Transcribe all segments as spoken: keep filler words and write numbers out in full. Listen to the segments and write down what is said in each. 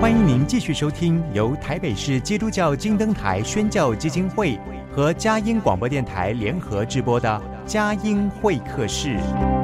欢迎您继续收听由台北市基督教金灯台宣教基金会和佳音广播电台联合制播的佳音会客室。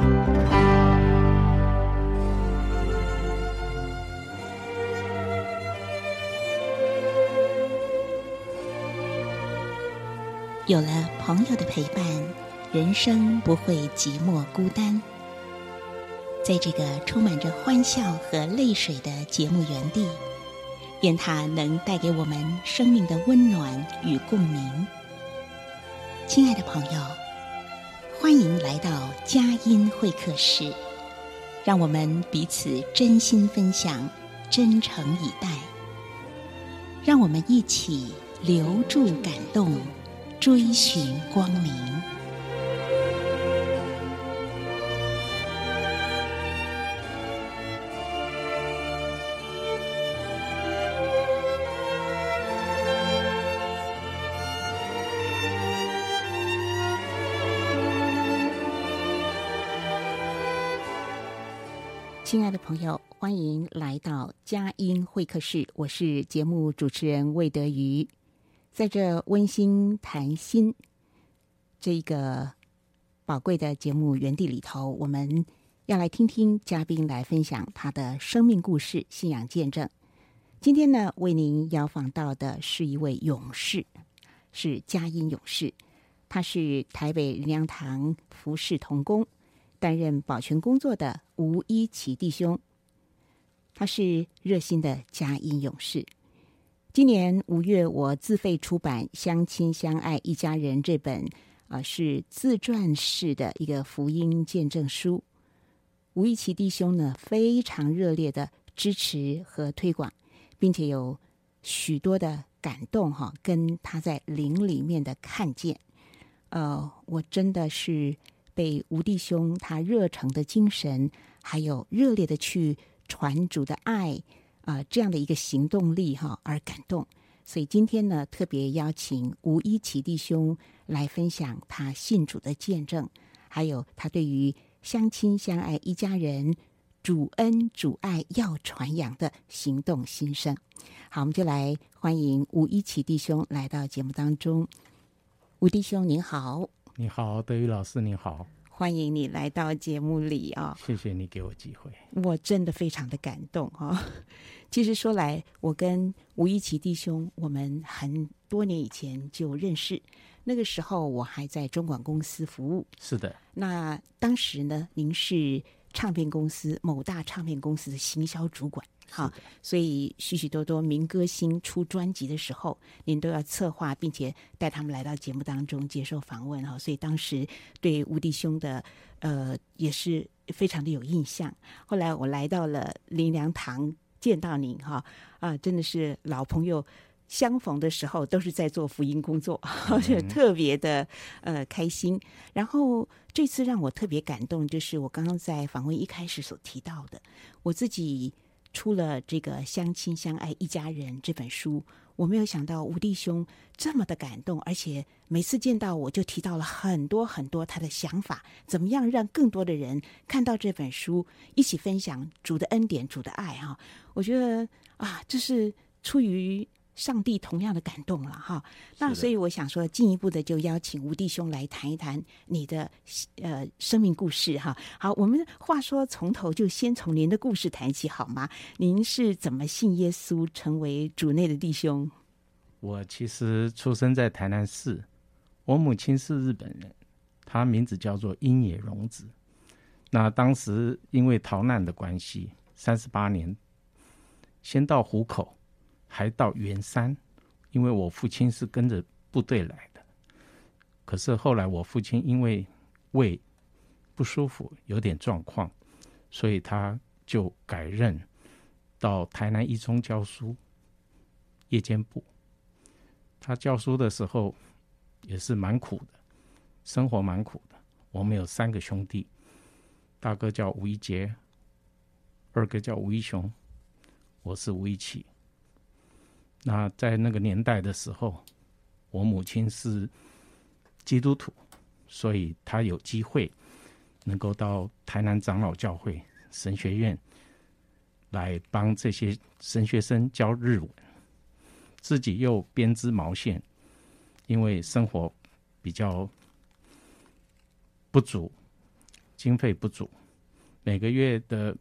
有了朋友的陪伴，人生不会寂寞孤单。在这个充满着欢笑和泪水的节目园地，愿它能带给我们生命的温暖与共鸣。亲爱的朋友，欢迎来到佳音会客室，让我们彼此真心分享，真诚以待。让我们一起留住感动，追寻光明。亲爱的朋友，欢迎来到佳音会客室，我是节目主持人魏德瑜。在这温馨谈心这个宝贵的节目园地里头，我们要来听听嘉宾来分享他的生命故事、信仰见证。今天呢，为您邀访到的是一位勇士，是佳音勇士，他是台北灵粮堂服侍同工，担任保全工作的吴一奇弟兄，他是热心的佳音勇士。今年五月，我自费出版《相亲相爱一家人》这本啊、呃、是自传式的一个福音见证书。吴一奇弟兄呢，非常热烈的支持和推广，并且有许多的感动哈，跟他在灵里面的看见。呃，我真的是被吴弟兄他热诚的精神，还有热烈的去传主的爱啊、呃，这样的一个行动力哈而感动。所以今天呢，特别邀请吴一奇弟兄来分享他信主的见证，还有他对于相亲相爱一家人主恩主爱要传扬的行动心声。好，我们就来欢迎吴一奇弟兄来到节目当中。吴弟兄您好。 你好，德瑜老师你好， 欢迎你来到节目里啊、哦！ 谢谢你给我机会， 我真的非常的感动哈、哦。其实说来，我跟吴一奇弟兄，我们很多年以前就认识，那个时候我还在中广公司服务。 是的， 那当时呢，您是唱片公司某大唱片公司的行销主管。好，所以许许多多民歌星出专辑的时候，您都要策划，并且带他们来到节目当中接受访问哈。所以当时对吴弟兄的呃也是非常的有印象。后来我来到了灵粮堂见到您哈啊，真的是老朋友。相逢的时候都是在做福音工作，嗯、特别的呃开心。然后这次让我特别感动，就是我刚刚在访问一开始所提到的，我自己出了这个《相亲相爱一家人》这本书，我没有想到吴弟兄这么的感动，而且每次见到我就提到了很多很多他的想法，怎么样让更多的人看到这本书，一起分享主的恩典、主的爱哈。我觉得啊，这是出于上帝同样的感动了哈。那所以我想说，进一步的就邀请吴弟兄来谈一谈你的呃生命故事哈。好，我们话说从头就先从您的故事谈起好吗？您是怎么信耶稣，成为主内的弟兄？ 我其实出生在台南市，我母亲是日本人，她名字叫做鹰野荣子。那当时因为逃难的关系，三十八年，先到湖口。还到圆山，因为我父亲是跟着部队来的。可是后来我父亲因为胃不舒服，有点状况，所以他就改任到台南一中教书，夜间部。他教书的时候也是蛮苦的，生活蛮苦的。我们有三个兄弟，大哥叫吴一杰，二哥叫吴一雄，我是吴一奇。那在那个年代的时候，我母亲是基督徒，所以她有机会能够到台南长老教会神学院来帮这些神学生教日文，自己又编织毛线，因为生活比较不足，经费不足，每个月的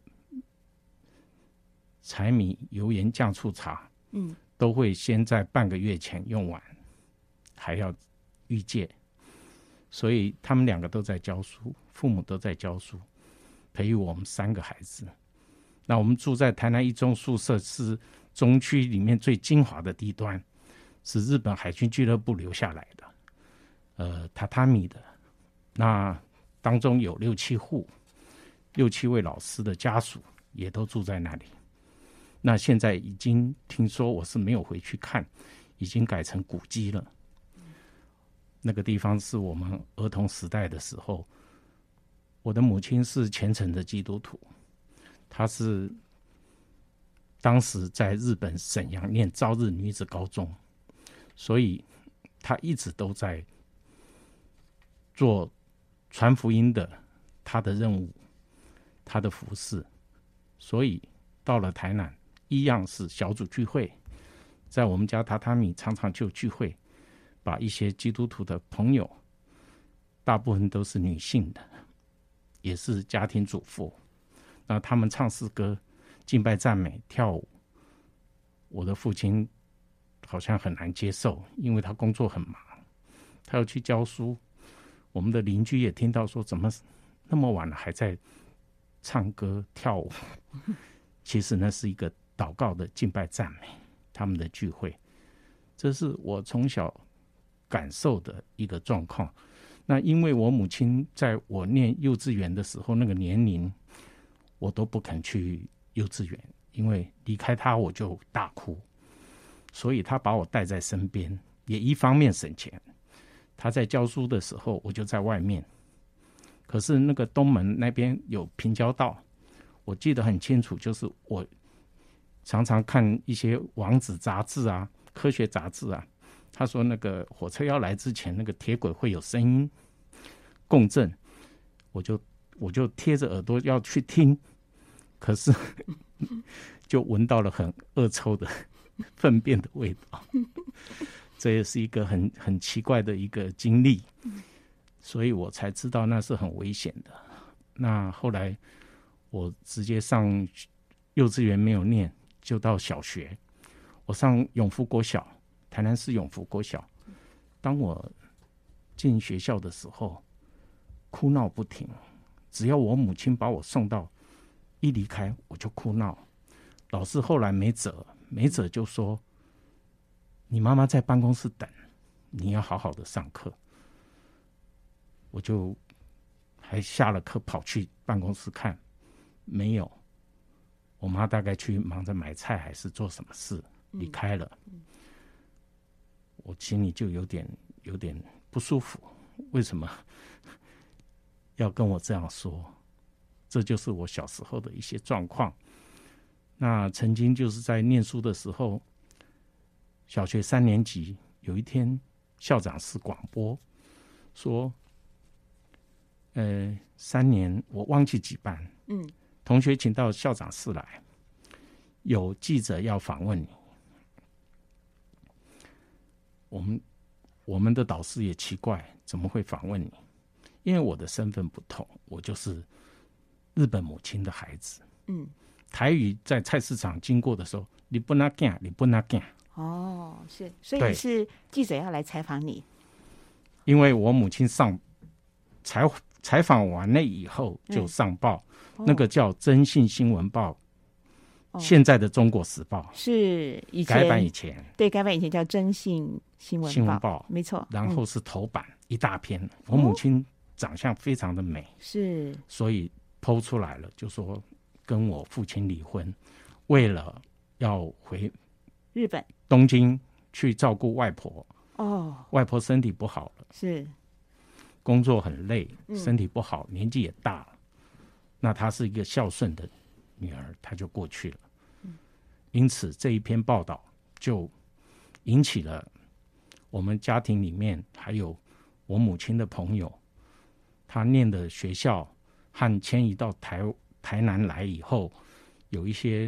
柴米油盐酱醋茶，嗯，都会先在半个月前用完，还要预借，所以他们两个都在教书，父母都在教书，培育我们三个孩子。那我们住在台南一中宿舍，是中区里面最精华的地段，是日本海军俱乐部留下来的，呃，榻榻米的。那当中有六七户，六七位老师的家属也都住在那里。那现在已经听说，我是没有回去看，已经改成古迹了。那个地方是我们儿童时代的时候，我的母亲是虔诚的基督徒，她是当时在日本沈阳念朝日女子高中，所以她一直都在做传福音的她的任务，她的服事。所以到了台南一样是小组聚会，在我们家榻榻米常常就聚会，把一些基督徒的朋友，大部分都是女性的，也是家庭主妇，那他们唱诗歌、敬拜赞美、跳舞。我的父亲好像很难接受，因为他工作很忙，他要去教书。我们的邻居也听到说，怎么那么晚了还在唱歌跳舞？其实那是一个祷告的敬拜赞美，他们的聚会。这是我从小感受的一个状况。那因为我母亲在我念幼稚园的时候，那个年龄我都不肯去幼稚园，因为离开她我就大哭，所以她把我带在身边，也一方面省钱。她在教书的时候我就在外面，可是那个东门那边有平交道，我记得很清楚，就是我常常看一些王子杂志啊、科学杂志啊，他说那个火车要来之前，那个铁轨会有声音共振，我就我就贴着耳朵要去听，可是就闻到了很恶臭的粪便的味道，这也是一个很很奇怪的一个经历，所以我才知道那是很危险的。那后来我直接上幼稚园没有念，就到小学，我上永福国小。台南市永福国小，当我进学校的时候，哭闹不停。只要我母亲把我送到，一离开我就哭闹。老师后来没辙，没辙就说：“你妈妈在办公室等，你要好好的上课。”我就还下了课跑去办公室看，没有。我妈大概去忙着买菜还是做什么事，离开了。嗯我心里就有点有点不舒服，为什么要跟我这样说？这就是我小时候的一些状况。那曾经就是在念书的时候，小学三年级有一天，校长室广播说，呃，三年我忘记几班，嗯，同学请到校长室来，有记者要访问你。我们我们的导师也奇怪，怎么会访问你？因为我的身份不同，我就是日本母亲的孩子。嗯，台语在菜市场经过的时候，你不拿干，你不拿干。 哦，是，所以是记者要来采访你。 因为我母亲上采采访完了以后就上报，嗯、那个叫《征信新闻报》。现在的《中国时报》 是以前改版以前， 对，改版以前叫《征信新闻报》， 新闻报没错。 然后是头版、嗯、一大篇。我母亲长相非常的美， 是、哦， 所以剖出来了，就说跟我父亲离婚，为了要回日本东京去照顾外婆。 哦， 外婆身体不好了， 是工作很累，身体不好，嗯、年纪也大了。那她是一个孝顺的女儿，她就过去了。因此这一篇报道就引起了我们家庭里面还有我母亲的朋友，他念的学校和迁移到台台南来以后，有一些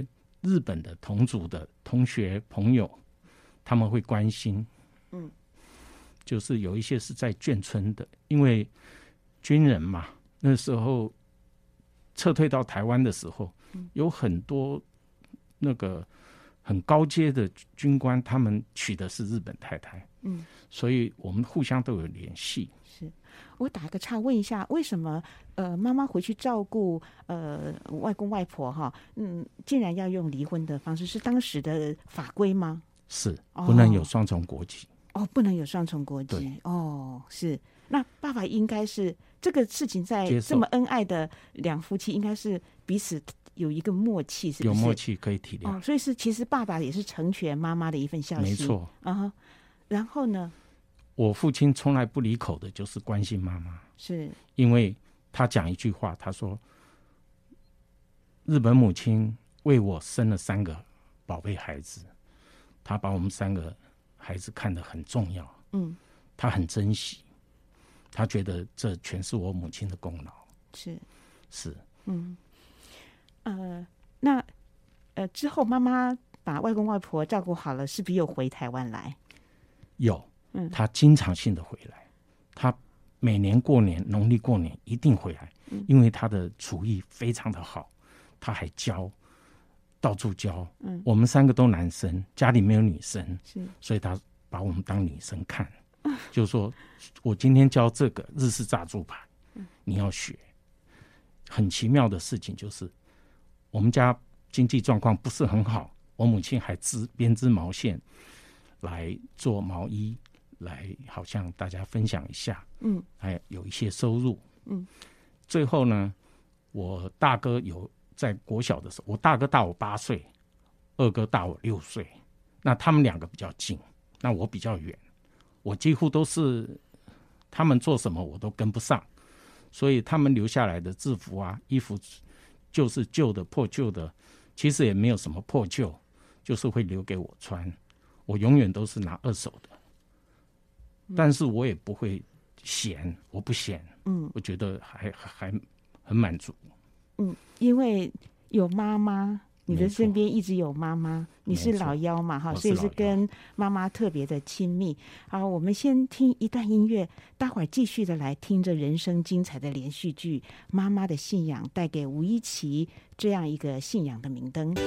日本的同族的同学朋友，他们会关心， 嗯， 就是有一些是在眷村的，因为军人嘛，那时候撤退到台湾的时候，嗯、有很多那个很高阶的军官，他们娶的是日本太太， 嗯， 所以我们互相都有联系。 是我打个岔问一下，为什么呃妈妈回去照顾呃外公外婆哈，嗯，竟然要用离婚的方式？是当时的法规吗？ 是不能有双重国籍。 哦，不能有双重国籍。哦，是。那爸爸应该是这个事情，在这么恩爱的两夫妻，应该是彼此有一个默契，是不是？ 有默契可以体谅。 哦，所以是其实爸爸也是成全妈妈的一份孝心。 没错。 啊，然后呢？ 我父亲从来不离口的就是关心妈妈， 是因为他讲一句话，他说：“日本母亲为我生了三个宝贝孩子，他把我们三个孩子看得很重要， 嗯， 他很珍惜，他觉得这全是我母亲的功劳。” 是是， 嗯，呃，那呃之后妈妈把外公外婆照顾好了，是不是又回台湾来？ 有。 嗯， 他经常性的回来，他每年过年农历过年一定回来，嗯，因为他的厨艺非常的好，他还教，到处教。嗯，我们三个都男生，家里没有女生， 是， 所以他把我们当女生看，嗯，就是说我今天教这个日式炸猪排，嗯，你要学。很奇妙的事情就是，我们家经济状况不是很好，我母亲还织编织毛线来做毛衣。来，好像大家分享一下，嗯，还有一些收入，嗯。最后呢，我大哥有在国小的时候，我大哥大我八岁，二哥大我六岁，那他们两个比较近，那我比较远，我几乎都是他们做什么我都跟不上，所以他们留下来的制服啊、衣服，就是旧的、破旧的，其实也没有什么破旧，就是会留给我穿，我永远都是拿二手的。但是我也不会嫌，我不嫌，嗯，我觉得还还很满足， 嗯，因为有妈妈，你的身边一直有妈妈，你是老幺嘛，哈，所以是跟妈妈特别的亲密。好，我们先听一段音乐，待会儿继续的来听着人生精彩的连续剧《妈妈的信仰》带给吴一琪这样一个信仰的明灯。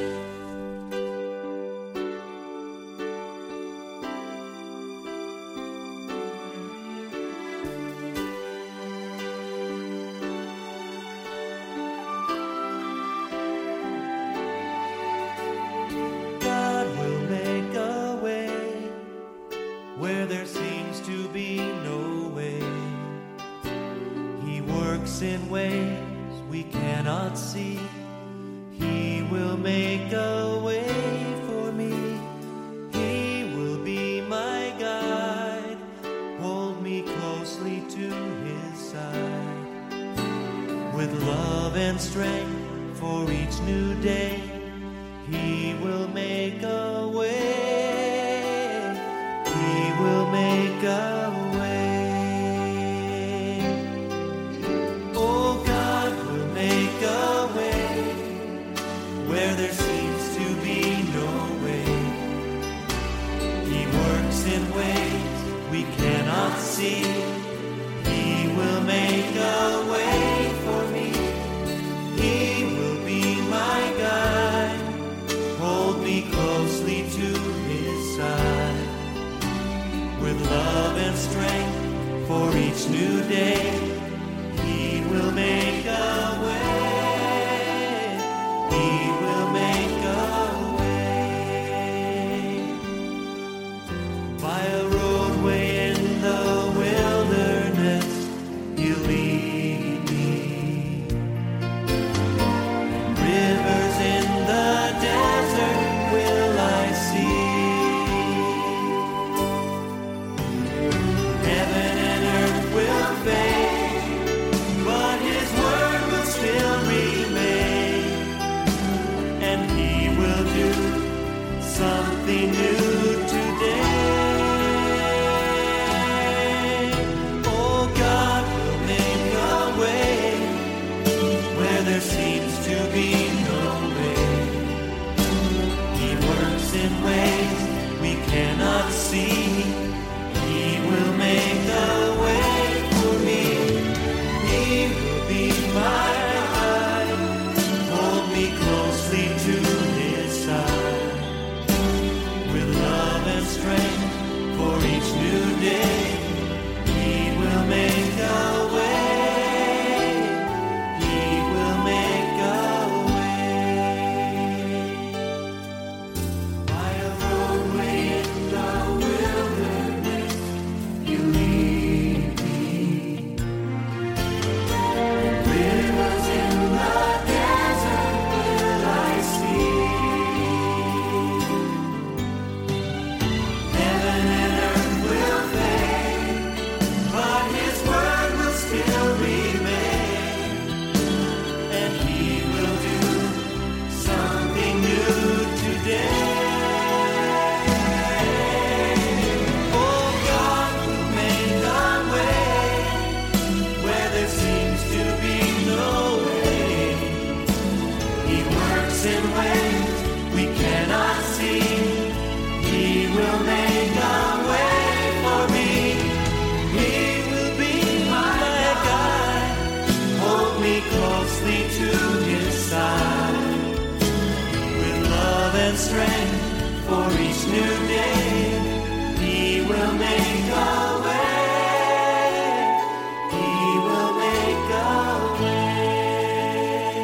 With love and and strength for each new day. He will make a way. He will make a way.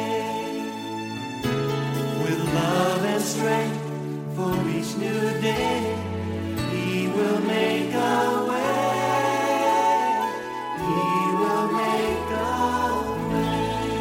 With love and strength for each new day, He will make a way. He will make a way.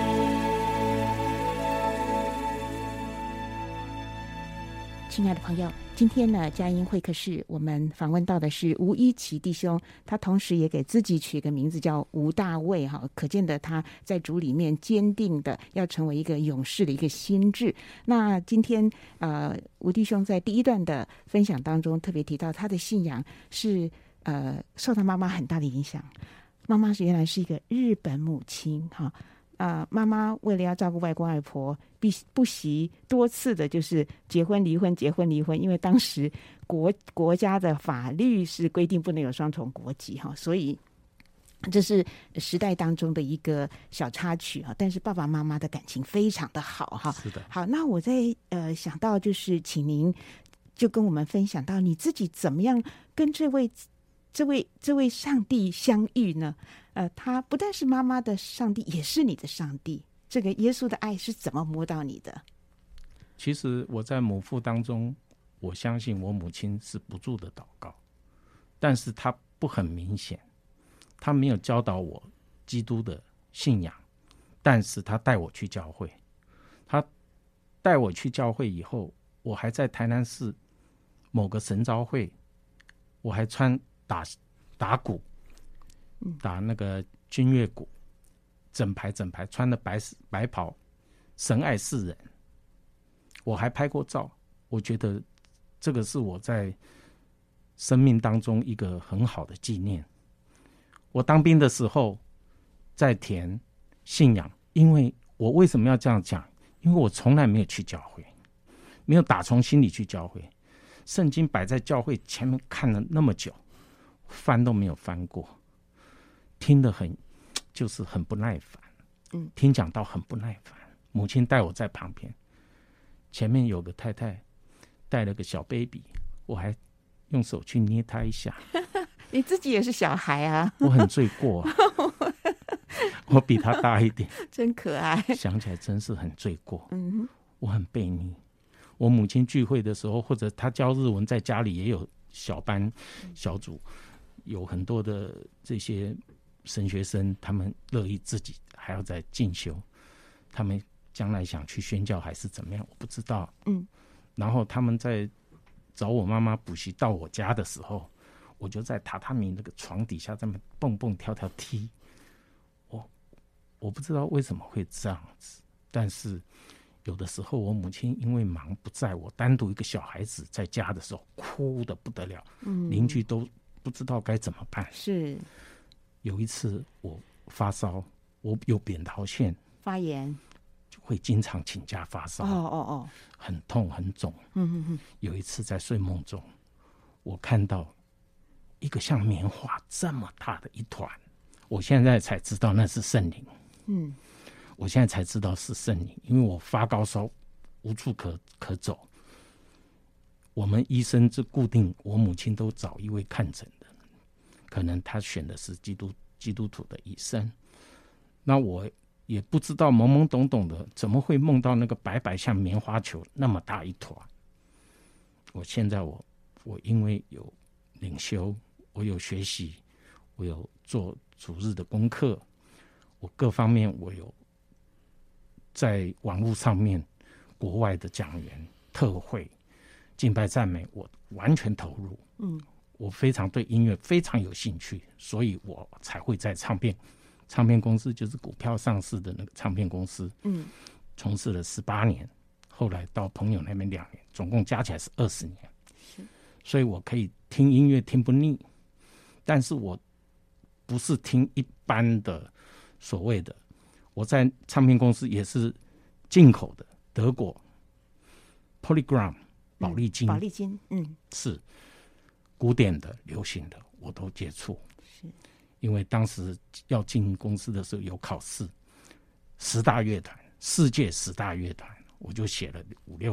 亲爱的朋友，今天呢，佳音会客室我们访问到的是吴一奇弟兄，他同时也给自己取个名字叫吴大卫哈，可见的他在主里面坚定的要成为一个勇士的一个心智。那今天呃，吴弟兄在第一段的分享当中特别提到，他的信仰是呃受他妈妈很大的影响。妈妈原来是一个日本母亲哈。呃，妈妈为了要照顾外公外婆，必不惜多次的就是结婚离婚结婚离婚，因为当时国国家的法律是规定不能有双重国籍哈，所以这是时代当中的一个小插曲哈。但是爸爸妈妈的感情非常的好哈。 是的。 好，那我在呃想到就是请您就跟我们分享到你自己怎么样跟这位这位这位上帝相遇呢？呃，他不但是妈妈的上帝，也是你的上帝。这个耶稣的爱是怎么摸到你的？ 其实我在母腹当中，我相信我母亲是不住的祷告，但是她不很明显，她没有教导我基督的信仰，但是她带我去教会。她带我去教会以后，我还在台南市某个神召会，我还穿打打鼓。打那个军乐鼓，整排整排穿的白白袍，神爱世人。我还拍过照，我觉得这个是我在生命当中一个很好的纪念。我当兵的时候在填信仰，因为我为什么要这样讲？因为我从来没有去教会，没有打从心里去教会。圣经摆在教会前面看了那么久，翻都没有翻过。听得很就是很不耐烦，嗯，听讲道很不耐烦。母亲带我在旁边，前面有个太太带了个小 baby， 我还用手去捏她一下。 你自己也是小孩啊？ 我很罪过、啊，我比她大一点， 真可爱。 想起来真是很罪过， 嗯， 我很悖逆。我母亲聚会的时候，或者她教日文，在家里也有小班小组，有很多的这些。神学生他们乐意自己还要再进修，他们将来想去宣教还是怎么样，我不知道。嗯，然后他们在找我妈妈补习到我家的时候，我就在榻榻米那个床底下这么蹦蹦跳跳踢。我我不知道为什么会这样子，但是有的时候我母亲因为忙不在，我单独一个小孩子在家的时候哭得不得了，嗯，邻居都不知道该怎么办。 是。 有一次我发烧，我有扁桃腺发炎， 就会经常请假发烧。 哦哦哦， 很痛很肿。 嗯嗯嗯。 有一次在睡梦中，我看到一个像棉花这么大的一团，我现在才知道那是圣灵。嗯，我现在才知道是圣灵，因为我发高烧，无处可可走。我们医生就固定，我母亲都找一位看诊的。可能他选的是基督基督徒的医生，那我也不知道懵懵懂懂的怎么会梦到那个白白像棉花球那么大一团。我现在我我因为有领修，我有学习，我有做主日的功课，我各方面我有在网络上面国外的讲员特会敬拜赞美，我完全投入。嗯。我非常对音乐非常有兴趣，所以我才会在唱片唱片公司，就是股票上市的那个唱片公司，嗯，从事了十八年，后来到朋友那边两年，总共加起来是二十年。是，所以我可以听音乐听不腻，但是我不是听一般的所谓的，我在唱片公司也是进口的德国 Polygram 宝丽金， 宝丽金，嗯， 是。古典的、流行的，我都接触。是，因为当时要进公司的时候有考试，十大乐团，世界十大乐团，我就写了五六个，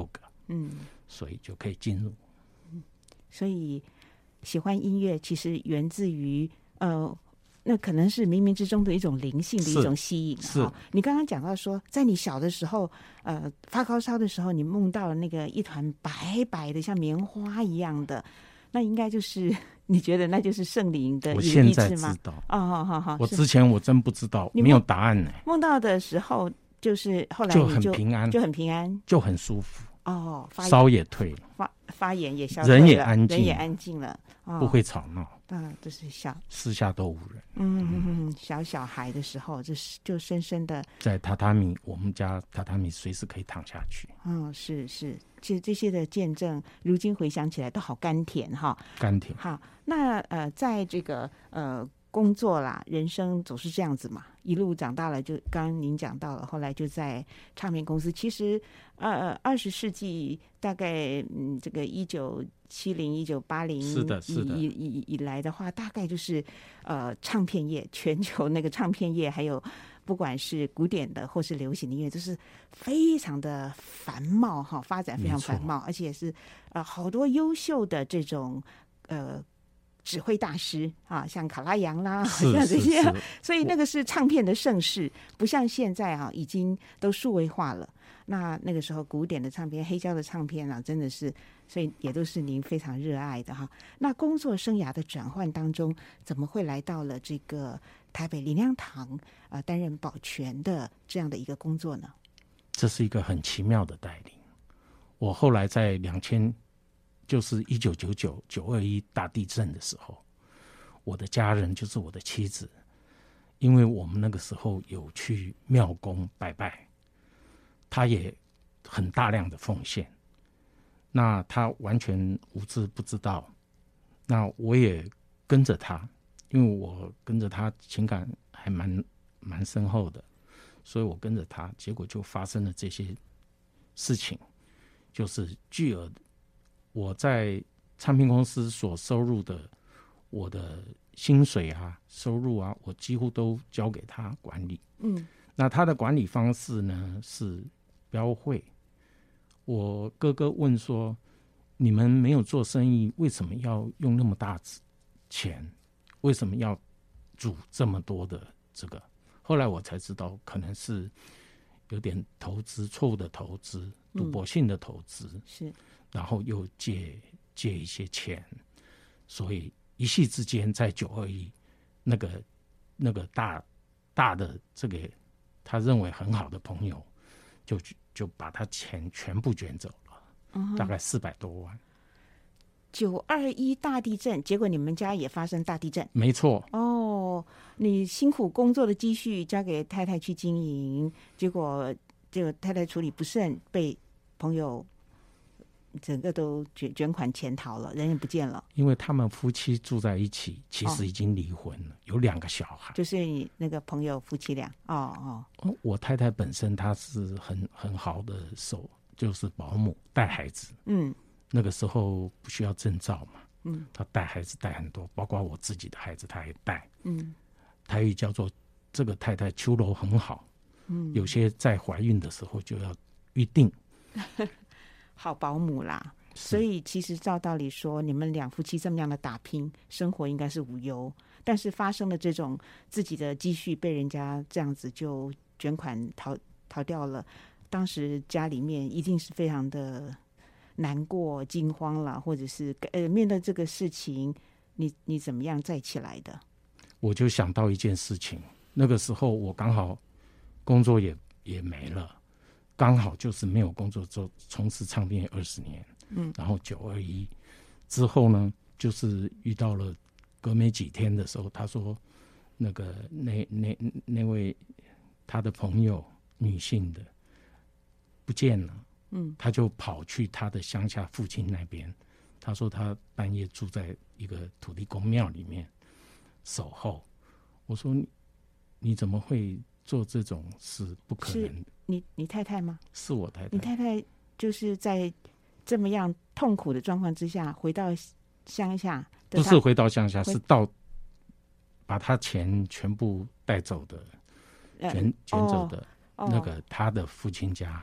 嗯， 所以就可以进入。 所以喜欢音乐其实源自于呃。那可能是冥冥之中的一种灵性的一种吸引。 是， 你刚刚讲到说，在你小的时候，呃，发高烧的时候，你梦到了那个一团白白的像棉花一样的，那应该就是你觉得那就是圣灵的意志吗？ 我现在知道。 哦，好好好。 我之前我真不知道，没有答案呢。 梦到的时候，就是后来就很平安， 就很平安， 就很舒服。 哦， 烧也退， 发发炎也消退了， 人也安静， 人也安静了，哦、 不会吵闹。 啊，这是小四下都无人。 嗯嗯嗯，小小孩的时候，就是就深深的在榻榻米，我们家榻榻米随时可以躺下去。 嗯，是是，其实这些的见证，如今回想起来都好甘甜哈， 甘甜。 好，那呃，在这个呃。工作啦，人生总是这样子嘛，一路长大了就，刚刚您讲到了，后来就在唱片公司。其实，呃，二十世纪大概，嗯，这个一九七零、一九八零是的，是的， 以以以来的话，大概就是呃，唱片业，全球那个唱片业，还有不管是古典的或是流行的音乐，都是非常的繁茂哈，发展非常繁茂，而且是呃好多优秀的这种呃。指挥大师啊，像卡拉扬啦，像这些，所以那个是唱片的盛世，不像现在啊，已经都数位化了。那那个时候古典的唱片、黑胶的唱片啊，真的是，所以也都是您非常热爱的哈。那工作生涯的转换当中，怎么会来到了这个台北林良堂啊、呃，担任保全的这样的一个工作呢？ 这是一个很奇妙的带领。我后来在两千。就是一九九九九二一大地震的时候，我的家人就是我的妻子，因为我们那个时候有去庙公拜拜，他也很大量的奉献，那他完全无知不知道，那我也跟着他，因为我跟着他情感还蛮蛮深厚的，所以我跟着他，结果就发生了这些事情，就是巨额的。我在唱片公司所收入的我的薪水啊收入啊，我几乎都交给他管理。 嗯， 那他的管理方式呢是标会。我哥哥问说，你们没有做生意，为什么要用那么大钱？为什么要组这么多的这个？后来我才知道，可能是有点投资错误的投资，赌博性的投资。 嗯、是。 然后又借借一些钱，所以一夕之间在九二一那个那个大大的这个他认为很好的朋友，就就把他钱全部卷走了，嗯、大概四百多万。 九二一大地震，结果你们家也发生大地震？ 没错。 哦，你辛苦工作的积蓄交给太太去经营，结果这个太太处理不慎，被朋友。整个都卷卷款潜逃了，人也不见了。因为他们夫妻住在一起，其实已经离婚了，哦、有两个小孩。 就是你那个朋友夫妻俩。哦哦。我太太本身她是很很好的手，就是保姆带孩子。 嗯。 那个时候不需要证照嘛。 嗯。 她带孩子带很多，包括我自己的孩子，她也带。 嗯。 台语叫做这个太太秋楼很好。 嗯。 有些在怀孕的时候就要预定。 好保姆啦，所以其实照道理说，你们两夫妻这么样的打拼，生活应该是无忧。但是发生了这种自己的积蓄被人家这样子就卷款逃逃掉了，当时家里面一定是非常的难过、惊慌了，或者是呃面对这个事情，你你怎么样再起来的？ 我就想到一件事情，那个时候我刚好工作也也没了。刚好就是没有工作做，从事唱片二十年， 嗯， 然后九二一之后呢，就是遇到了隔没几天的时候，他说那个那那那位他的朋友女性的不见了， 嗯， 他就跑去他的乡下父亲那边，他说他半夜住在一个土地公庙里面守候。我说你你怎么会做这种事？不可能的。 你你太太吗？ 是我太太。 你太太就是在这么样痛苦的状况之下回到乡下？ 不是回到乡下，是到把他钱全部带走的，卷卷走的那个他的父亲家。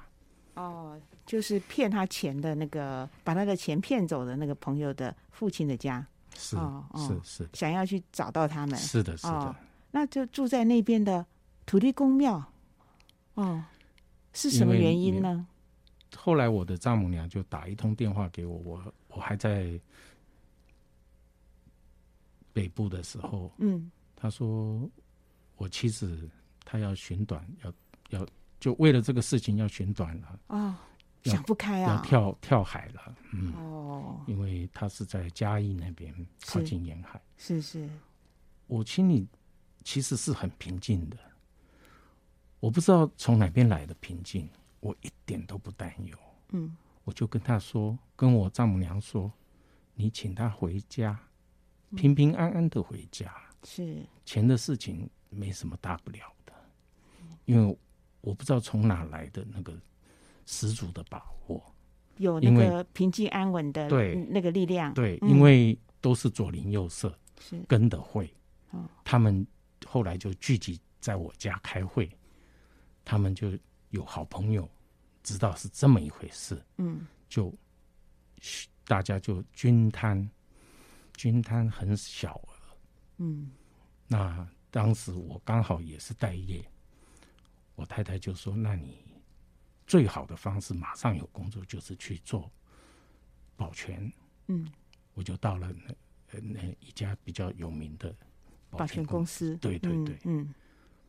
哦，就是骗他钱的那个，把他的钱骗走的那个朋友的父亲的家。 是、 哦哦、 是是， 想要去找到他们。 是的是的、 哦，那就住在那边的土地公庙。哦，是什么原因呢？ 后来我的丈母娘就打一通电话给我，我我还在北部的时候，嗯，她说我妻子她要寻短，要要就为了这个事情要寻短了。哦， 想不开啊， 要跳跳海了。嗯， 哦， 因为她是在嘉义那边靠近沿海。 是是， 我心里其实是很平静的，我不知道从哪边来的平静，我一点都不担忧。嗯，我就跟他说，跟我丈母娘说，你请他回家，平平安安的回家。是，钱的事情没什么大不了的，因为我不知道从哪来的那个十足的把握， 有那个平静安稳的那个力量。 对，嗯、因为都是左邻右舍跟的会，哦、他们后来就聚集在我家开会，他们就有好朋友知道是这么一回事，嗯，就大家就均摊，均摊很小额，嗯，那当时我刚好也是待业，我太太就说：“那你最好的方式，马上有工作，就是去做保全。”嗯，我就到了那那一家比较有名的保全公司， 对对对， 嗯，嗯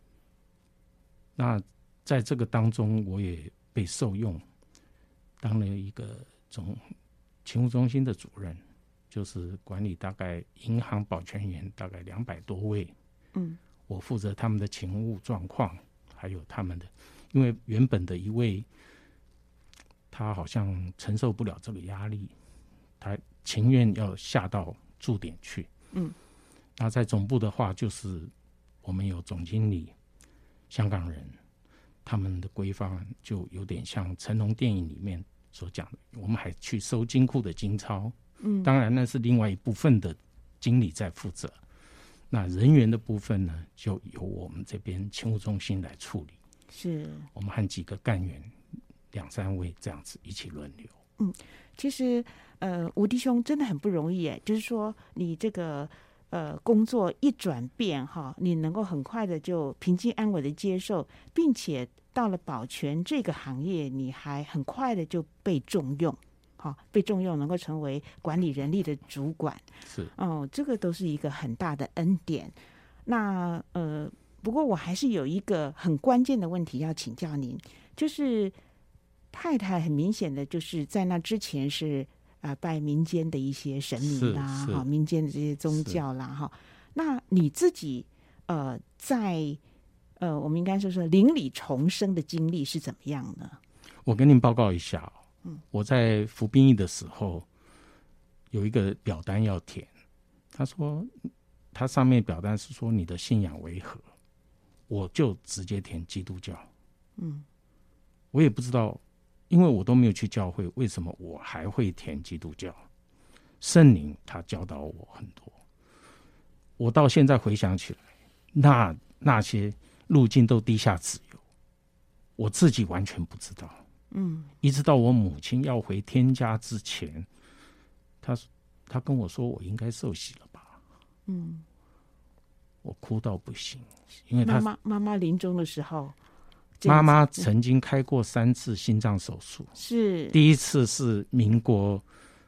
那在这个当中，我也被受用，当了一个总勤务中心的主任，就是管理大概银行保全员大概两百多位。嗯，我负责他们的勤务状况，还有他们的，因为原本的一位他好像承受不了这个压力，他情愿要下到驻点去。嗯，那在总部的话，就是我们有总经理，香港人。他们的规范就有点像成龙电影里面所讲的，我们还去收金库的金钞，嗯，当然那是另外一部分的经理在负责，那人员的部分呢，就由我们这边勤务中心来处理，是我们和几个干员两三位这样子一起轮流。 嗯，其实呃，吴弟兄真的很不容易耶，就是说你这个呃，工作一转变哈，你能够很快的就平静安稳的接受，并且到了保全这个行业，你还很快的就被重用，哈，被重用能够成为管理人力的主管， 是哦，这个都是一个很大的恩典。那呃，不过我还是有一个很关键的问题要请教您，就是太太很明显的就是在那之前是。啊，拜民间的一些神明啦，哈，民间的这些宗教啦，哈。那你自己呃，在呃，我们应该说说灵里重生的经历是怎么样呢？ 我跟您报告一下、哦，嗯，我在服兵役的时候有一个表单要填，他说他上面表单是说你的信仰为何，我就直接填基督教，嗯，我也不知道。因为我都没有去教会，为什么我还会填基督教？圣灵他教导我很多，我到现在回想起来，那那些路径都低下自由，我自己完全不知道。嗯，一直到我母亲要回天家之前，他他跟我说我应该受洗了吧？嗯，我哭到不行，因为他妈妈妈妈临终的时候。 妈妈曾经开过三次心脏手术， 是第一次是民国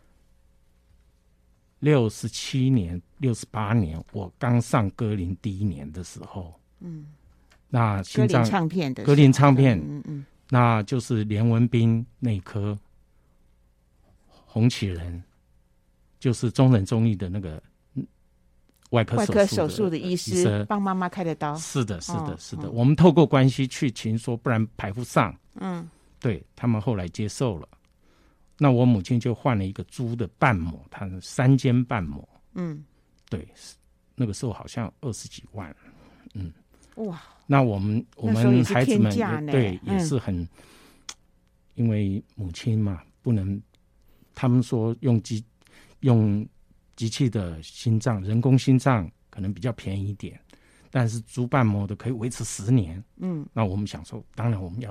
六十七年、六十八年，我刚上歌林第一年的时候，嗯，那心脏歌林唱片的歌林唱片， 嗯嗯， 那就是连文斌内科洪启仁，就是中仁中医的那个。外科手术 的, 外科手术的医师帮妈妈开的刀， 是的，是的，是的。哦、我们透过关系去请说，不然排不上。嗯，对他们后来接受了。那我母亲就换了一个猪的瓣膜，它是三尖瓣膜。嗯，对，那个时候好像二十几万。嗯，哇！那我们我们孩子们也对、嗯、也是很，因为母亲嘛，不能，他们说用机用。机器的心脏，人工心脏可能比较便宜一点，但是猪瓣膜的可以维持十年。嗯，那我们想说，当然我们要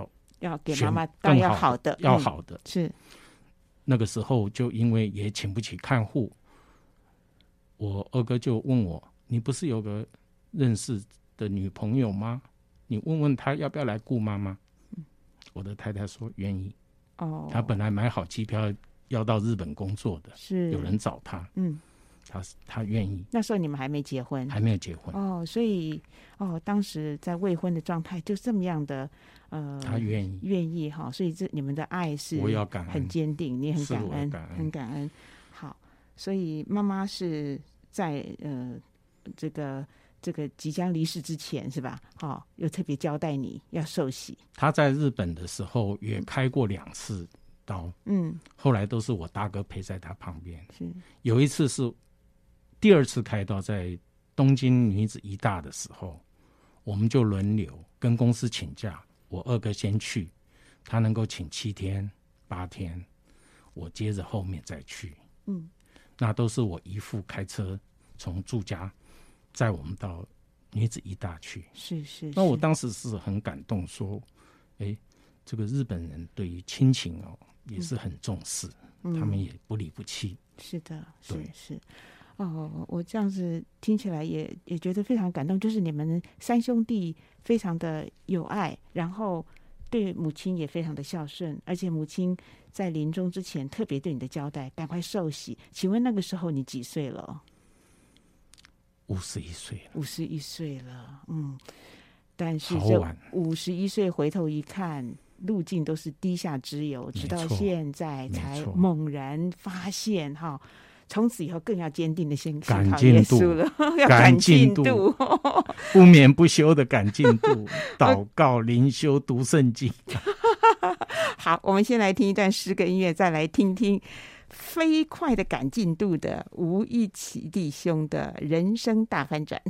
要给妈妈当然要好的， 要好的、嗯、 是。 那个时候就因为也请不起看护，我二哥就问我，你不是有个认识的女朋友吗？你问问她要不要来顾妈妈、嗯、我的太太说愿意。哦，她本来买好机票要到日本工作的，是有人找她，嗯，她她愿意。 那时候你们还没结婚？ 还没有结婚。 哦，所以哦，当时在未婚的状态就这么样的，呃， 她愿意， 愿意哈，所以这你们的爱是我要感恩， 很坚定，你很感恩， 感恩很感恩。好，所以妈妈是在呃这个这个即将离世之前是吧？好、哦，又特别交代你要受洗。 她在日本的时候也开过两次刀，嗯，后来都是我大哥陪在她旁边。是有一次是第二次开刀，在东京女子医大的时候，我们就轮流跟公司请假，我二哥先去，他能够请七天八天，我接着后面再去。嗯，那都是我姨父开车从住家载我们到女子医大去。 是 是, 是。 那我当时是很感动，说，哎，这个日本人对于亲情哦也是很重视，嗯、他们也不离不弃。 是的，是是。哦，我这样子听起来也也觉得非常感动，就是你们三兄弟非常的有爱，然后对母亲也非常的孝顺，而且母亲在临终之前特别对你的交代，赶快受洗。请问那个时候你几岁了？ 五十一岁了。 五十一岁了，嗯。但是这五十一岁回头一看，路径都是滴下之油，直到现在才猛然发现哈。从此以后更要坚定的先赶进度了， 要赶进度， 不眠不休的赶进度，祷告、灵修、读圣经。 好，我们先来听一段诗歌音乐，再来听听飞快的赶进度的吴一奇弟兄的人生大翻转。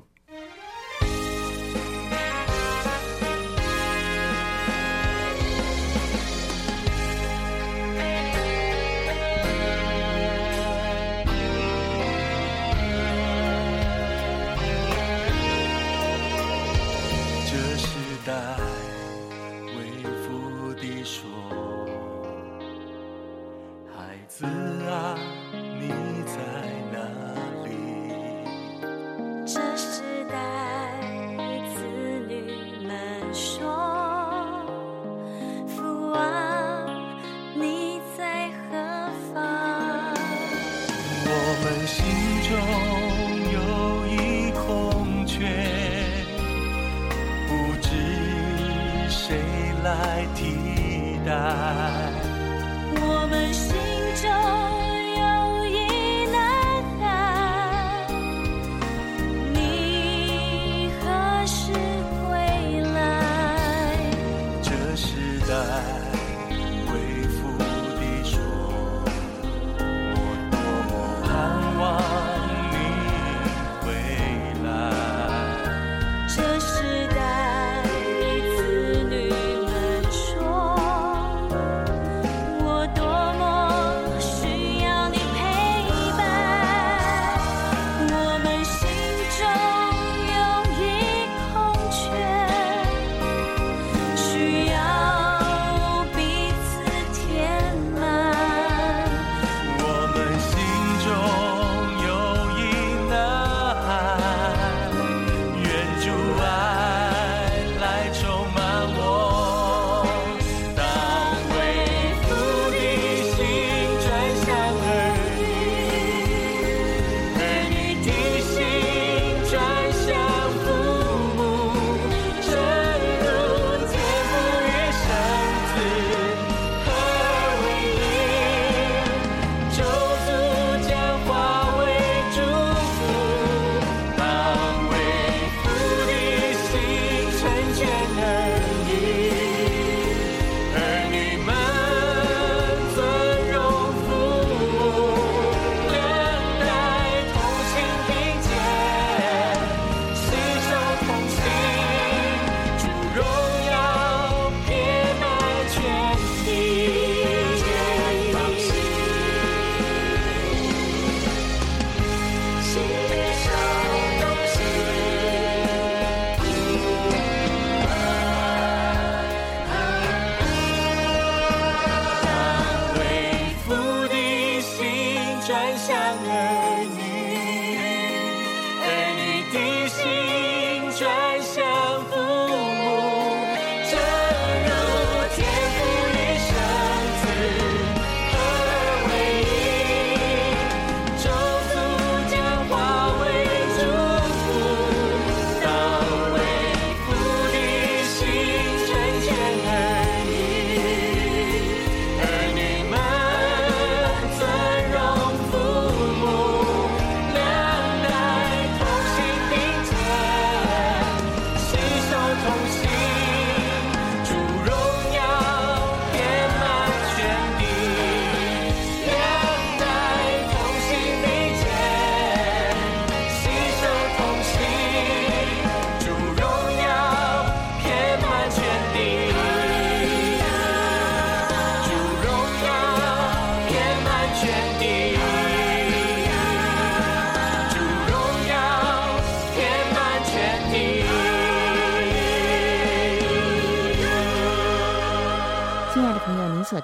子啊，你在哪里？ 这时代子女们说，父啊，你在何方？ 我们心中有一空缺，不知谁来替代。 我们心中有一呐喊，你何时归来？ 这时代为父的说，我多么盼望你回来。 这时代子女们说，我多么需要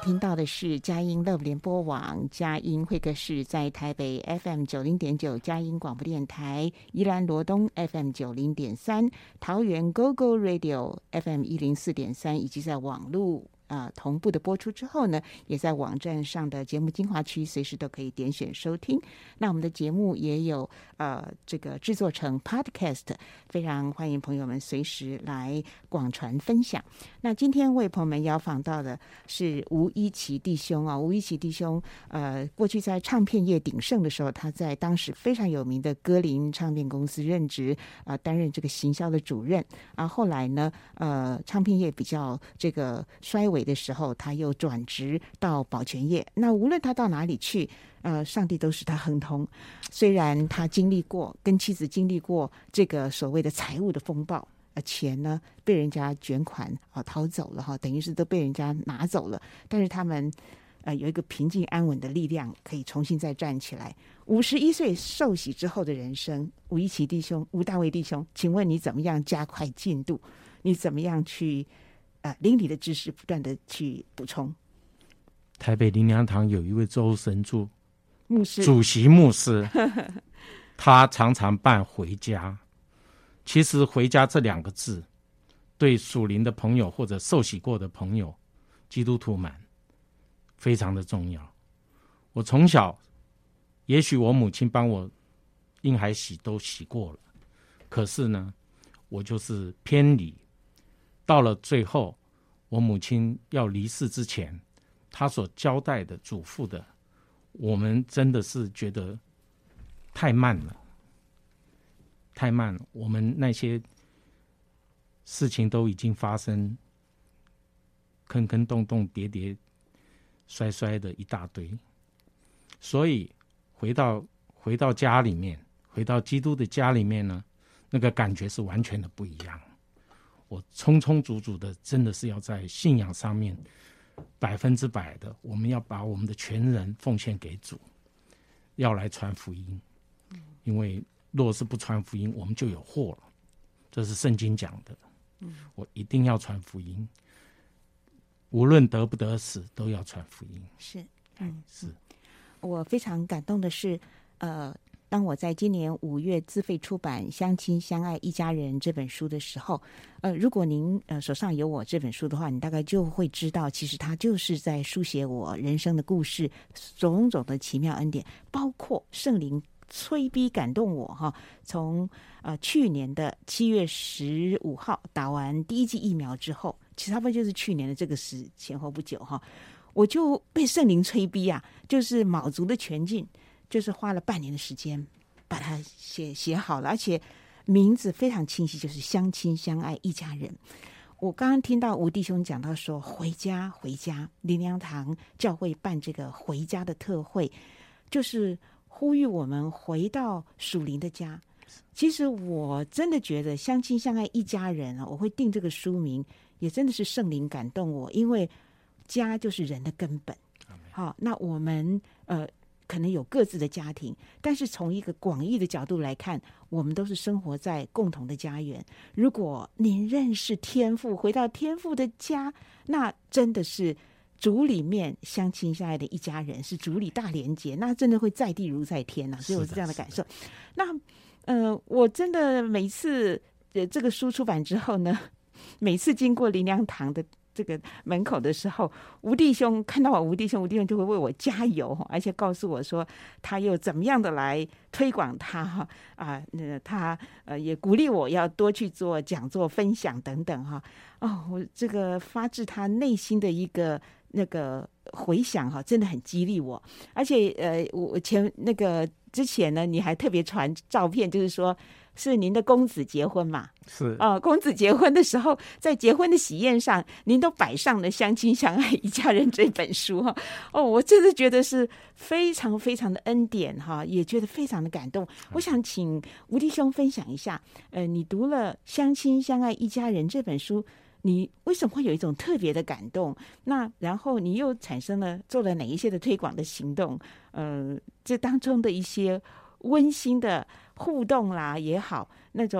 听到的是佳音乐联播网佳音会客室，在台北 F M 九零点九佳音广播电台，宜兰罗东 F M 九零点三，桃园 Go Go Radio F M 一零四点三，以及在网络呃，同步的播出之后呢，也在网站上的节目精华区随时都可以点选收听。那我们的节目也有呃这个制作成 Podcast， 非常欢迎朋友们随时来广传分享。那今天为朋友们邀访到的是吴一奇弟兄啊，吴一奇弟兄呃，过去在唱片业鼎盛的时候，他在当时非常有名的歌林唱片公司任职啊、呃，担任这个行销的主任啊。后来呢，呃，唱片业比较这个衰微的时候，他又转职到保全业。那无论他到哪里去，呃，上帝都使他亨通。虽然他经历过跟妻子经历过这个所谓的财务的风暴，呃，钱呢被人家卷款啊逃走了哈，等于是都被人家拿走了。但是他们呃有一个平静安稳的力量，可以重新再站起来。五十一岁受洗之后的人生，吴一奇弟兄、吴大卫弟兄，请问你怎么样加快进度？你怎么样去？呃，邻里的知识不断的去补充。 台北灵粮堂有一位周神柱牧师， 主席牧师，他常常办回家。其实回家这两个字，对属灵的朋友或者受洗过的朋友，基督徒们非常的重要。我从小，也许我母亲帮我婴孩洗都洗过了，可是呢，我就是偏离。到了最后，我母亲要离世之前，她所交代的、嘱咐的，我们真的是觉得太慢了，太慢了。我们那些事情都已经发生，坑坑洞洞、跌跌摔摔的一大堆。所以回到回到家里面，回到基督的家里面呢，那个感觉是完全的不一样。我充充足足的，真的是要在信仰上面百分之百的，我们要把我们的全人奉献给主，要来传福音。因为若是不传福音，我们就有祸了，这是圣经讲的。我一定要传福音，无论得不得死，都要传福音。 是，嗯， 是。 我非常感动的是，呃。当我在今年五月自费出版《相亲相爱一家人》这本书的时候，呃，如果您呃手上有我这本书的话，你大概就会知道，其实它就是在书写我人生的故事，种种的奇妙恩典，包括圣灵催逼感动我哈。从呃去年的七月十五号打完第一剂疫苗之后，其实差不多就是去年的这个时前后不久哈，我就被圣灵催逼啊，就是卯足了全劲。就是花了半年的时间把它写写好了，而且名字非常清晰，就是相亲相爱一家人。我刚刚听到吴弟兄讲到说回家回家，灵粮堂教会办这个回家的特会，就是呼吁我们回到属灵的家。其实我真的觉得相亲相爱一家人啊，我会定这个书名也真的是圣灵感动我，因为家就是人的根本。好，那我们呃可能有各自的家庭，但是从一个广义的角度来看，我们都是生活在共同的家园。如果您认识天父，回到天父的家，那真的是主里面相亲相爱的一家人，是主里大连结，那真的会在地如在天啊！所以我是这样的感受。那呃，我真的每次呃这个书出版之后呢，每次经过灵粮堂的这个门口的时候，吴弟兄看到我，吴弟兄，吴弟兄就会为我加油，而且告诉我说他又怎么样的来推广他哈啊，那他呃也鼓励我要多去做讲座、分享等等哈。哦，我这个发自他内心的一个那个回响哈，真的很激励我。而且呃，我前那个之前呢，你还特别传照片，就是说是您的公子结婚嘛？ 是啊、呃，公子结婚的时候，在结婚的喜宴上，您都摆上了《相亲相爱一家人》这本书哈。哦，我真的觉得是非常非常的恩典哈，也觉得非常的感动。我想请吴弟兄分享一下，呃，你读了《相亲相爱一家人》这本书，你为什么会有一种特别的感动？那然后你又产生了做了哪一些的推广的行动？呃，这当中的一些温馨的互动啦也好，那种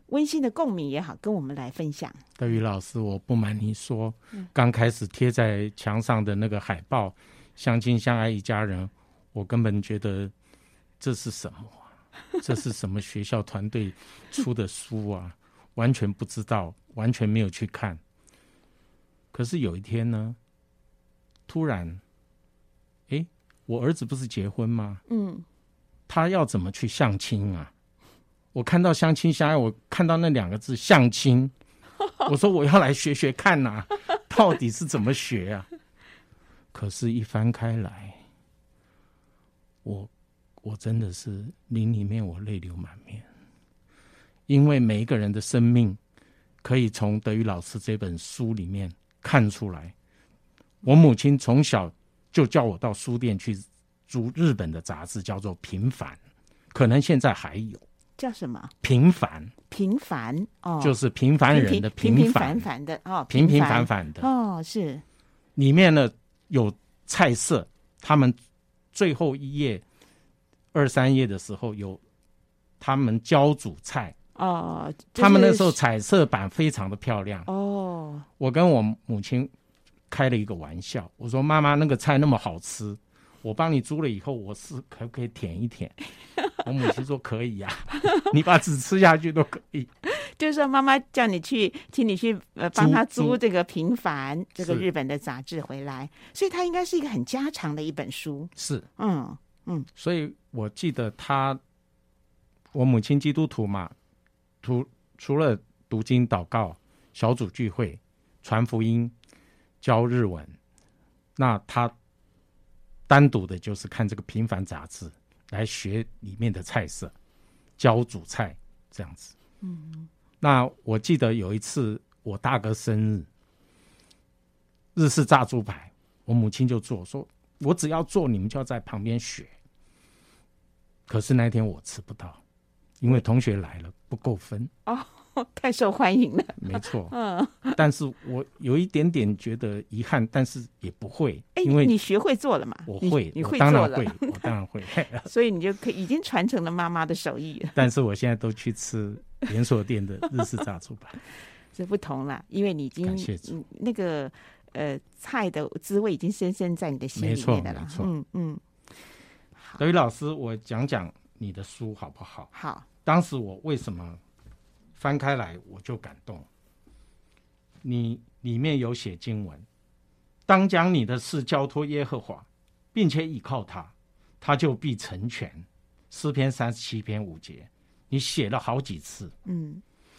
温馨的共鸣也好，跟我们来分享。 德语老师，我不瞒你说，刚开始贴在墙上的那个海报，相亲相爱一家人，我根本觉得这是什么啊？这是什么学校团队出的书啊？完全不知道，完全没有去看。可是有一天呢，突然，哎，我儿子不是结婚吗？ 嗯， 他要怎么去相亲啊？我看到相亲相爱，我看到那两个字相亲，我说我要来学学看呐、啊，到底是怎么学啊？可是，一翻开来，我我真的是灵里面我泪流满面，因为每一个人的生命可以从德语老师这本书里面看出来。我母亲从小就叫我到书店去租日本的杂志，叫做《平凡》，可能现在还有。 叫什么？ 平凡， 平凡哦， 就是平凡人的平平凡凡的哦， 平平凡凡的哦，是里面呢有菜色，他们最后一页二三页的时候有他们教煮菜哦，就是、 他们那时候彩色版非常的漂亮哦。 我跟我母亲开了一个玩笑，我说妈妈那个菜那么好吃，我帮你煮了以后，我是可不可以舔一舔？我母亲说可以呀、啊，你把纸吃下去都可以。 就是说妈妈叫你去，请你去呃帮他租这个《平凡》这个日本的杂志回来，所以它应该是一个很家常的一本书。 是， 嗯嗯， 所以我记得他，我母亲基督徒嘛，除除了读经、祷告、小组聚会、传福音、教日文，那他单独的就是看这个《平凡》杂志来学里面的菜色，教煮菜这样子。嗯，那我记得有一次我大哥生日，日式炸猪排，我母亲就做，说我只要做，你们就要在旁边学。可是那天我吃不到，因为同学来了不够分。 哦，太受欢迎了。 没错， 嗯， 但是我有一点点觉得遗憾，但是也不会， 哎， 因为你学会做了嘛？ 我会， 你, 你会我当然做了， 会，我当然会。 所以你就可以已经传承了妈妈的手艺了。 但是我现在都去吃连锁店的日式炸猪排， 这不同了，因为你已经感谢主， 那个呃菜的滋味已经深深在你的心里面的了。 没错， 嗯嗯。 德语老师，我讲讲你的书好不好？ 好。 当时我为什么翻开来我就感动？你里面有写经文，当将你的事交托耶和华，并且倚靠他，他就必成全。诗篇三十七篇五节，你写了好几次。 嗯，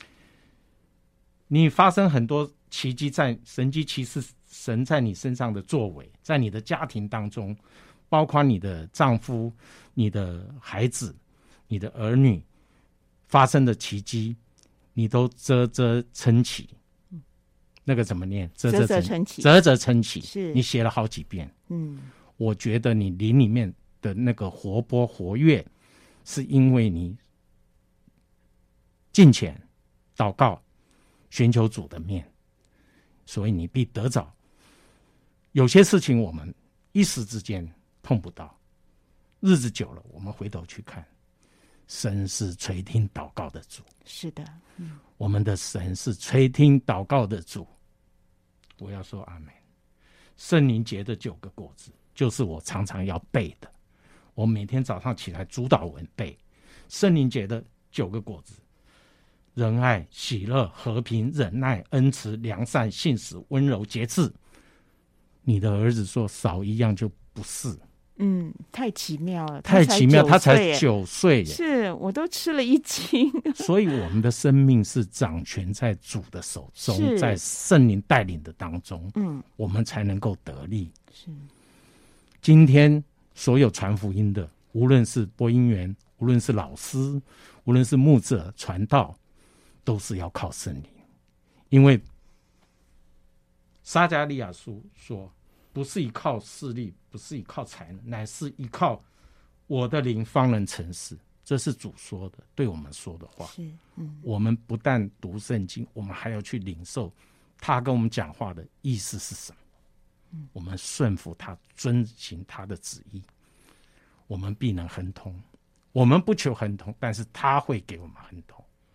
你发生很多奇迹，在神迹奇事，神在你身上的作为，在你的家庭当中，包括你的丈夫、你的孩子、你的儿女发生的奇迹，你都啧啧称奇。那个怎么念？啧啧称奇，啧啧称奇。 是你写了好几遍。 嗯， 我觉得你灵里面的那个活泼活跃，是因为你敬虔、祷告、寻求主的面，所以你必得着。有些事情我们一时之间碰不到，日子久了，我们回头去看，神是垂听祷告的主。 是的，嗯， 我们的神是垂听祷告的主。我要说阿们。圣灵节的九个果子，就是我常常要背的。我每天早上起来主祷文背圣灵节的九个果子：仁爱、喜乐、和平、忍耐、恩慈、良善、信实、温柔、节制。你的儿子说少一样就不是。 嗯，太奇妙了， 太奇妙，他才九岁耶， 是我都吃了一惊。 所以我们的生命是掌权在主的手中，在圣灵带领的当中，嗯，我们才能够得力。 是， 今天所有传福音的，无论是播音员，无论是老师，无论是牧者传道，都是要靠圣灵，因为撒迦利亚书说，不是依靠势力，不是依靠才能，乃是依靠我的灵方能成事。这是主说的，对我们说的话。 是，嗯， 我们不但读圣经，我们还要去领受他跟我们讲话的意思是什么。嗯，我们顺服他，遵行他的旨意，我们必能亨通。我们不求亨通，但是他会给我们亨通。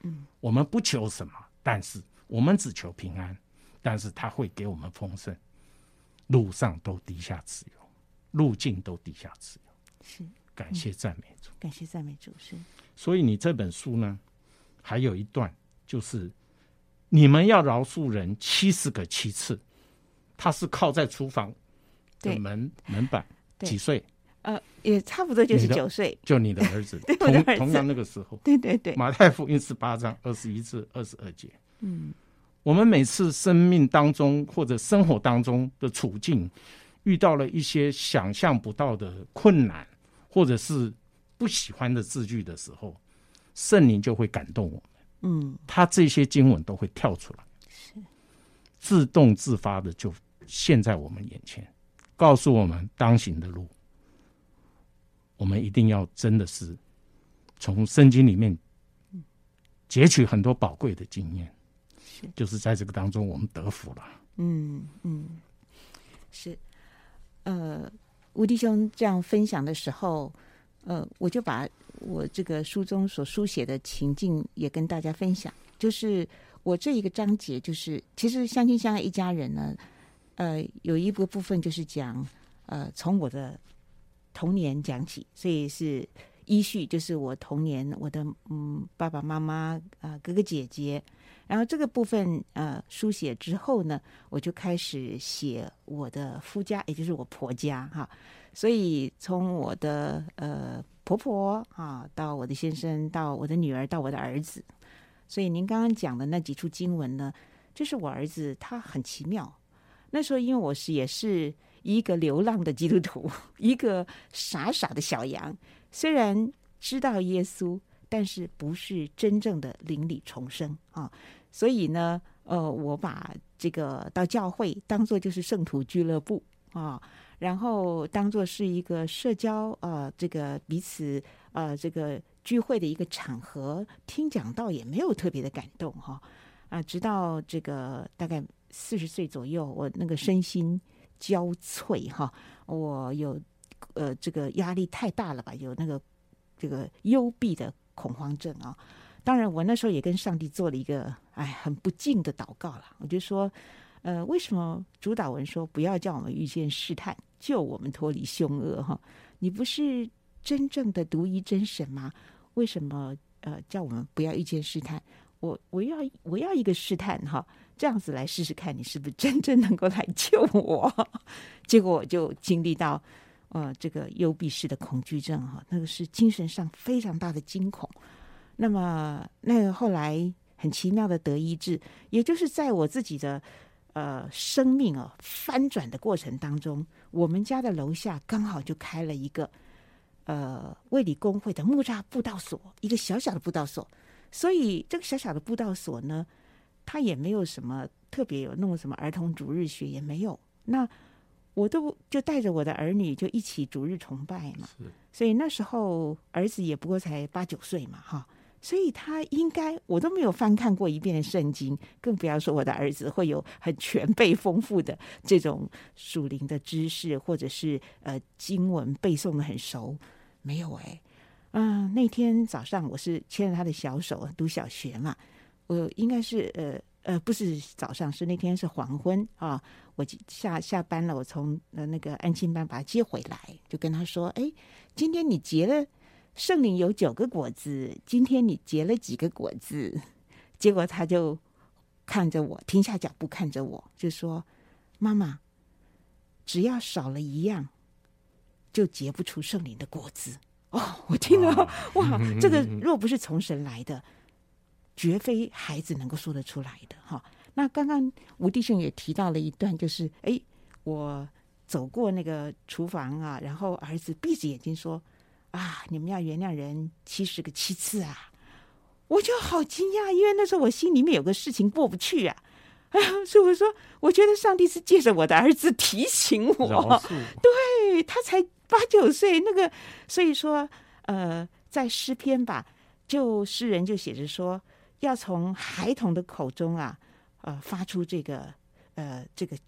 嗯， 我们不求什么，但是我们只求平安，但是他会给我们丰盛，路上都地下自由，路径都地下自由。 是， 感谢赞美主， 感谢赞美主。是， 所以你这本书呢，还有一段就是你们要饶恕人七十个七次。他是靠在厨房的门门板，几岁？ 呃，也差不多就是九岁， 就你的儿子， 对我的儿子同同样那个时候， 对对对。 马太福音十八章二十一至二十二节。 嗯， 我们每次生命当中或者生活当中的处境，遇到了一些想象不到的困难，或者是不喜欢的字句的时候，圣灵就会感动我们。 嗯， 他这些经文都会跳出来， 是自动自发的就现在我们眼前，告诉我们当行的路。我们一定要真的是从圣经里面截取很多宝贵的经验， 是就是在这个当中我们得福了。 嗯嗯，是。呃，吴弟兄这样分享的时候，呃，我就把我这个书中所书写的情境也跟大家分享。就是我这一个章节，就是其实相亲相爱一家人呢，呃，有一个部分就是讲，呃，从我的童年讲起，所以是依序，就是我童年，我的嗯爸爸妈妈啊、呃、哥哥姐姐，然后这个部分呃书写之后呢，我就开始写我的夫家，也就是我婆家哈。所以从我的呃婆婆啊，到我的先生，到我的女儿，到我的儿子。所以您刚刚讲的那几处经文呢，就是我儿子他很奇妙。那时候因为我是也是一个流浪的基督徒，一个傻傻的小羊，虽然知道耶稣，但是不是真正的灵里重生啊。所以呢，呃，我把这个到教会当作就是圣徒俱乐部啊，然后当作是一个社交呃，这个彼此呃这个聚会的一个场合，听讲道也没有特别的感动哈啊，直到这个大概四十岁左右，我那个身心交瘁哈，我有呃这个压力太大了吧，有那个这个幽闭的恐慌症啊。当然，我那时候也跟上帝做了一个哎很不敬的祷告了。我就说，呃，为什么主祷文说不要叫我们遇见试探，救我们脱离凶恶哈？你不是真正的独一真神吗？为什么呃叫我们不要遇见试探？我我要我要一个试探哈，这样子来试试看，你是不是真正能够来救我？结果我就经历到呃这个幽闭式的恐惧症哈，那个是精神上非常大的惊恐。那么那个后来很奇妙的得医治，也就是在我自己的呃生命啊翻转的过程当中，我们家的楼下刚好就开了一个呃卫理公会的木栅布道所，一个小小的布道所。所以这个小小的布道所呢，它也没有什么特别有弄什么儿童主日学，也没有。那我都就带着我的儿女就一起主日崇拜嘛。所以那时候儿子也不过才八九岁嘛，哈。所以他应该我都没有翻看过一遍的圣经，更不要说我的儿子会有很全备丰富的这种属灵的知识，或者是呃经文背诵的很熟，没有哎、欸。嗯、呃，那天早上我是牵着他的小手读小学嘛，我应该是呃呃不是早上，是那天是黄昏啊，我下下班了，我从呃那个安亲班把他接回来，就跟他说，哎，今天你结了。圣灵有九个果子，今天你结了几个果子？结果他就看着我，停下脚步看着我，就说：“妈妈，只要少了一样，就结不出圣灵的果子。”哦，我听了，哇，这个若不是从神来的，绝非孩子能够说得出来的哈。那刚刚吴弟兄也提到了一段，就是哎，我走过那个厨房啊，然后儿子闭着眼睛说。啊！你们要原谅人七十个七次啊！我就好惊讶，因为那时候我心里面有个事情过不去啊，哎呀，所以我说，我觉得上帝是借着我的儿子提醒我，对他才八九岁，那个，所以说，呃，在诗篇吧，就诗人就写着说，要从孩童的口中啊，呃，发出这个，呃，这个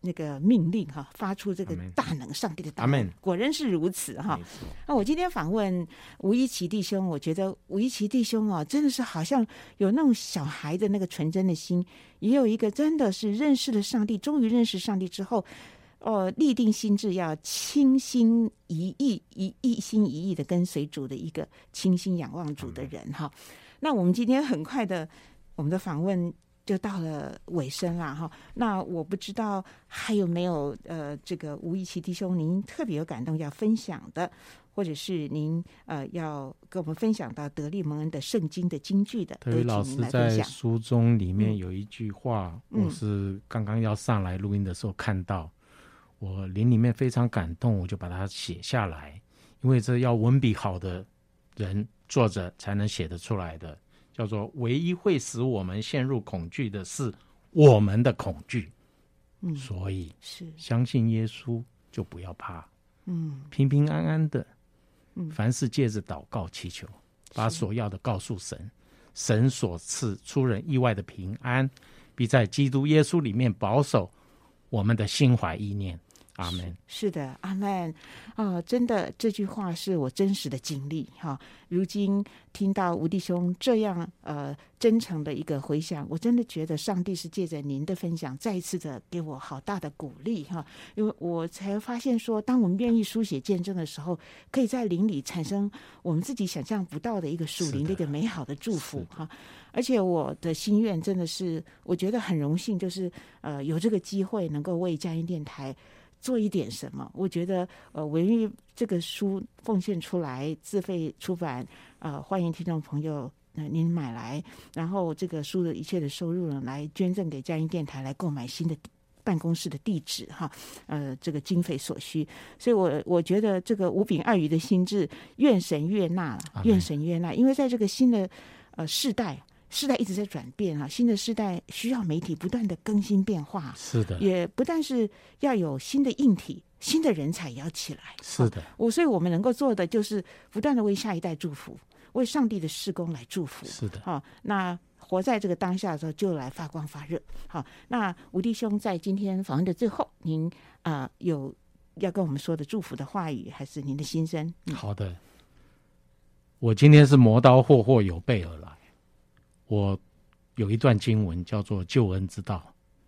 那个命令哈，发出这个 Amen 大能，上帝的大 Amen 能，果然是如此哈没。错那我今天访问吴一奇弟兄，我觉得吴一奇弟兄啊，真的是好像有那种小孩的那个纯真的心，也有一个真的是认识了上帝，终于认识上帝之后，哦，立定心志要倾心一意、一一心一意的跟随主的一个倾心仰望主的人哈。那我们今天很快的，我们的访问就到了尾声啦哈。那我不知道还有没有呃，这个吴一奇弟兄您特别有感动要分享的，或者是您呃要跟我们分享到得力蒙恩的圣经的金句的， 德语老师在书中里面有一句话， 嗯、 我是刚刚要上来录音的时候看到，我灵里面非常感动，我就把它写下来，因为这要文笔好的人作者才能写得出来的，叫做唯一会使我们陷入恐惧的是我们的恐惧。嗯，所以是相信耶稣就不要怕， 嗯， 平平安安的， 嗯， 凡事借着祷告祈求，把所要的告诉神，神所赐出人意外的平安，必在基督耶稣里面保守我们的心怀意念。阿们。 是, 是的，阿们啊、呃！真的，这句话是我真实的经历哈。如今听到吴弟兄这样呃真诚的一个回响，我真的觉得上帝是借着您的分享，再一次的给我好大的鼓励哈。因为我才发现说，当我们愿意书写见证的时候，可以在灵里产生我们自己想象不到的一个属灵的一个美好的祝福哈。而且我的心愿真的是，我觉得很荣幸，就是呃有这个机会能够为佳音电台做一点什么。我觉得呃我愿意这个书奉献出来，自费出版，呃欢迎听众朋友呃您买来，然后这个书的一切的收入呢，来捐赠给佳音电台，来购买新的办公室的地址哈，呃这个经费所需。所以我我觉得这个五饼二鱼的心志，愿神悦纳了，愿神悦纳，因为在这个新的呃世代。世代一直在转变啊，新的世代需要媒体不断的更新变化， 是的， 也不但是要有新的硬体，新的人才也要起来， 是的。 我所以我们能够做的就是不断的为下一代祝福，为上帝的事工来祝福， 是的。 好，那活在这个当下的时候，就来发光发热。好，那吴弟兄在今天访问的最后，您啊、呃、有要跟我们说的祝福的话语，还是您的心声？嗯、 好的，我今天是磨刀霍霍有备而来。我有一段经文叫做救恩之道，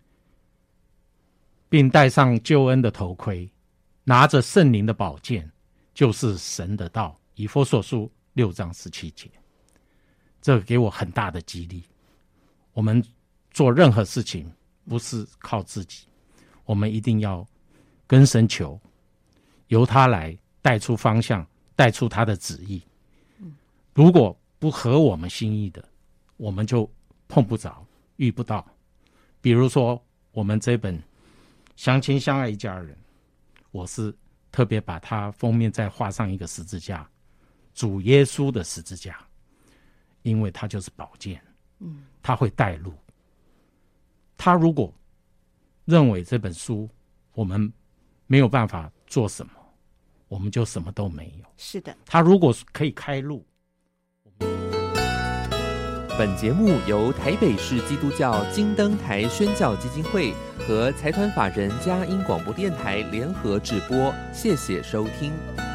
并戴上救恩的头盔，拿着圣灵的宝剑，就是神的道。以弗所书六章十七节，这给我很大的激励。我们做任何事情不是靠自己，我们一定要跟神求，由他来带出方向，带出他的旨意。如果不合我们心意的，我们就碰不着，遇不到。比如说我们这本相亲相爱一家人，我是特别把它封面再画上一个十字架，主耶稣的十字架，因为它就是宝剑，嗯，它会带路。他如果认为这本书我们没有办法做什么，我们就什么都没有。 是的， 他如果可以开路。 本节目由台北市基督教金灯台宣教基金会和财团法人佳音广播电台联合制播，谢谢收听。